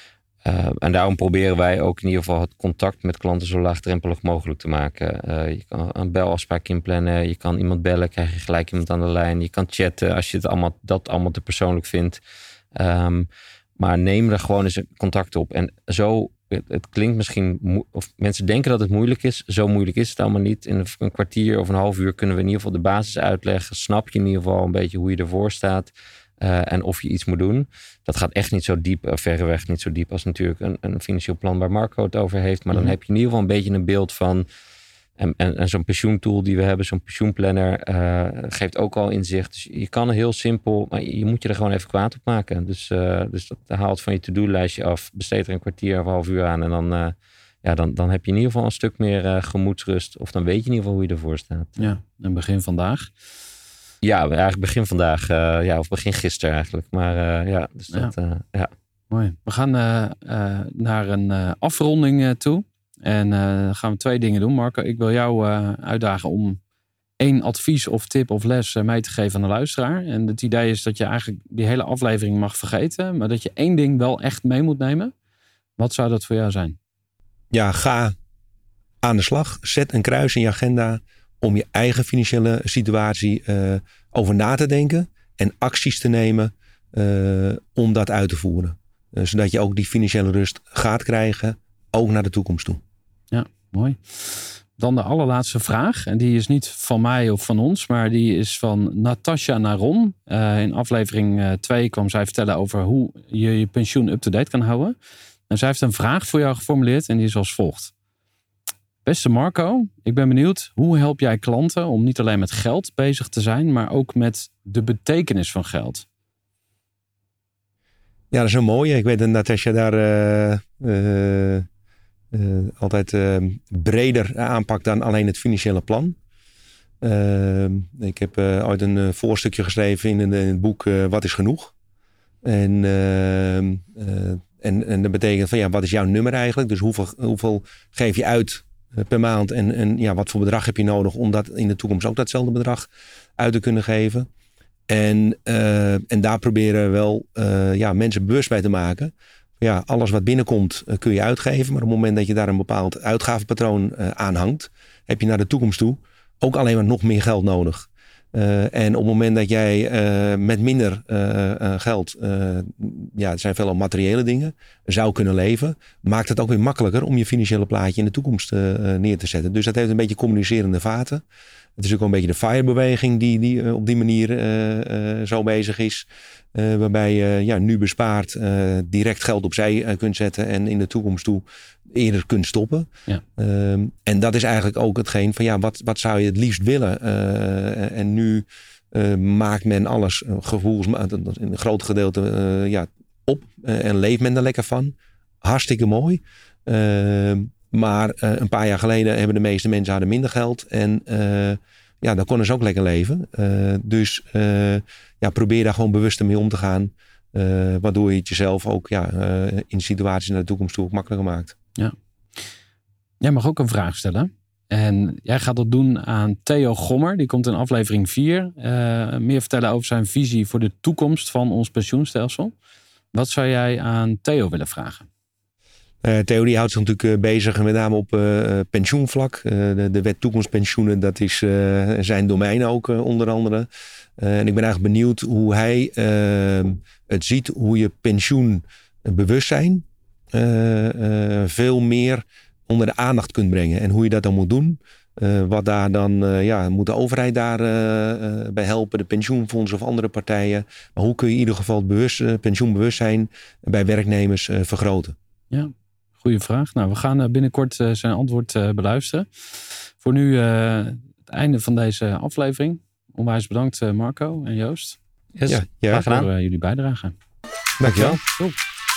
uh, en daarom proberen wij ook in ieder geval het contact met klanten zo laagdrempelig mogelijk te maken. Uh, je kan een belafspraak inplannen, je kan iemand bellen, krijg je gelijk iemand aan de lijn. Je kan chatten als je het allemaal, dat allemaal te persoonlijk vindt. Um, maar neem er gewoon eens contact op. En zo, het, het klinkt misschien, mo- of mensen denken dat het moeilijk is. Zo moeilijk is het allemaal niet. In een, een kwartier of een half uur kunnen we in ieder geval de basis uitleggen. Snap je in ieder geval een beetje hoe je ervoor staat. Uh, en of je iets moet doen. Dat gaat echt niet zo diep, uh, verreweg niet zo diep als natuurlijk een, een financieel plan waar Marco het over heeft. Maar mm-hmm. dan heb je in ieder geval een beetje een beeld van. En, en, en zo'n pensioentool die we hebben, zo'n pensioenplanner, uh, geeft ook al inzicht. Dus je kan heel simpel, maar je moet je er gewoon even kwaad op maken. Dus, uh, dus dat haalt van je to-do-lijstje af, besteed er een kwartier of een half uur aan. En dan, uh, ja, dan, dan heb je in ieder geval een stuk meer uh, gemoedsrust. Of dan weet je in ieder geval hoe je ervoor staat. Ja, en begin vandaag. Ja, eigenlijk begin vandaag. Uh, ja, of begin gisteren eigenlijk. Maar uh, ja, dus dat, ja. Uh, ja. Mooi. We gaan uh, uh, naar een uh, afronding uh, toe. En uh, gaan we twee dingen doen, Marco. Ik wil jou uh, uitdagen om één advies of tip of les uh, mee te geven aan de luisteraar. En het idee is dat je eigenlijk die hele aflevering mag vergeten. Maar dat je één ding wel echt mee moet nemen. Wat zou dat voor jou zijn? Ja, ga aan de slag. Zet een kruis in je agenda om je eigen financiële situatie uh, over na te denken. En acties te nemen uh, om dat uit te voeren. Uh, zodat je ook die financiële rust gaat krijgen. Ook naar de toekomst toe. Ja, mooi. Dan de allerlaatste vraag. En die is niet van mij of van ons. Maar die is van Natasja Naron. Uh, in aflevering twee kwam zij vertellen over hoe je je pensioen up-to-date kan houden. En zij heeft een vraag voor jou geformuleerd. En die is als volgt. Beste Marco, ik ben benieuwd. Hoe help jij klanten om niet alleen met geld bezig te zijn. Maar ook met de betekenis van geld? Ja, dat is een mooie. Ik weet dat Natasja daar uh, uh, uh, altijd uh, breder aanpakt dan alleen het financiële plan. Uh, ik heb uh, ooit een uh, voorstukje geschreven in, in het boek uh, Wat is genoeg? En, uh, uh, en, en dat betekent van ja, wat is jouw nummer eigenlijk? Dus hoeveel, hoeveel geef je uit uh, per maand? En, en ja, wat voor bedrag heb je nodig om dat in de toekomst ook datzelfde bedrag uit te kunnen geven? En, uh, en daar proberen we wel uh, ja, mensen bewust bij te maken. Ja, alles wat binnenkomt uh, kun je uitgeven. Maar op het moment dat je daar een bepaald uitgavenpatroon uh, aan hangt, heb je naar de toekomst toe ook alleen maar nog meer geld nodig. Uh, en op het moment dat jij uh, met minder uh, uh, geld, uh, ja, het zijn veelal materiële dingen, zou kunnen leven, maakt het ook weer makkelijker om je financiële plaatje in de toekomst uh, neer te zetten. Dus dat heeft een beetje communicerende vaten. Het is ook wel een beetje de FIRE-beweging die, die uh, op die manier uh, uh, zo bezig is. Uh, waarbij je uh, ja, nu bespaard uh, direct geld opzij uh, kunt zetten en in de toekomst toe eerder kunt stoppen. Ja. Uh, en dat is eigenlijk ook hetgeen van ja, wat, wat zou je het liefst willen? Uh, en nu uh, maakt men alles uh, gevoelsmatig in een groot gedeelte uh, ja, op uh, en leeft men er lekker van. Hartstikke mooi. Uh, Maar uh, een paar jaar geleden hebben de meeste mensen hadden minder geld. En uh, ja, dan konden ze ook lekker leven. Uh, dus uh, ja, probeer daar gewoon bewuster mee om te gaan. Uh, waardoor je het jezelf ook ja, uh, in situaties naar de toekomst toe ook makkelijker maakt. Ja. Jij mag ook een vraag stellen. En jij gaat dat doen aan Theo Gommer. Die komt in aflevering vier. Uh, meer vertellen over zijn visie voor de toekomst van ons pensioenstelsel. Wat zou jij aan Theo willen vragen? Uh, Theo die houdt zich natuurlijk uh, bezig met name op uh, pensioenvlak. Uh, de, de wet toekomstpensioenen, dat is uh, zijn domein ook uh, onder andere. Uh, en ik ben eigenlijk benieuwd hoe hij uh, het ziet, hoe je pensioenbewustzijn uh, uh, veel meer onder de aandacht kunt brengen. En hoe je dat dan moet doen. Uh, wat daar dan, uh, ja, moet de overheid daar uh, uh, bij helpen, de pensioenfondsen of andere partijen. Maar hoe kun je in ieder geval het bewust, uh, pensioenbewustzijn bij werknemers uh, vergroten? Ja. Goeie vraag. Nou, we gaan binnenkort zijn antwoord beluisteren. Voor nu uh, het einde van deze aflevering. Onwijs bedankt Marco en Joost. Yes, ja, ja. Graag gedaan. Voor uh, jullie bijdrage. Dankjewel. Top.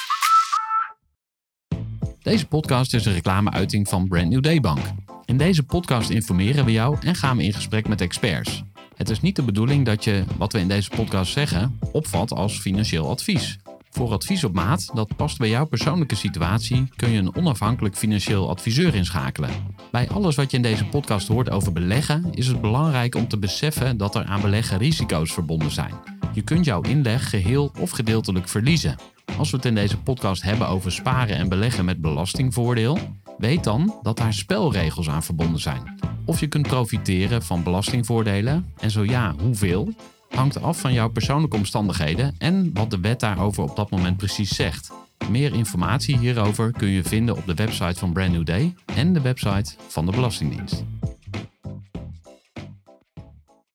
Deze podcast is een reclameuiting van Brand New Day Bank. In deze podcast informeren we jou en gaan we in gesprek met experts. Het is niet de bedoeling dat je, wat we in deze podcast zeggen, opvat als financieel advies. Voor advies op maat, dat past bij jouw persoonlijke situatie, kun je een onafhankelijk financieel adviseur inschakelen. Bij alles wat je in deze podcast hoort over beleggen, is het belangrijk om te beseffen dat er aan beleggen risico's verbonden zijn. Je kunt jouw inleg geheel of gedeeltelijk verliezen. Als we het in deze podcast hebben over sparen en beleggen met belastingvoordeel, weet dan dat daar spelregels aan verbonden zijn. Of je kunt profiteren van belastingvoordelen en zo ja, hoeveel, hangt af van jouw persoonlijke omstandigheden en wat de wet daarover op dat moment precies zegt. Meer informatie hierover kun je vinden op de website van Brand New Day en de website van de Belastingdienst.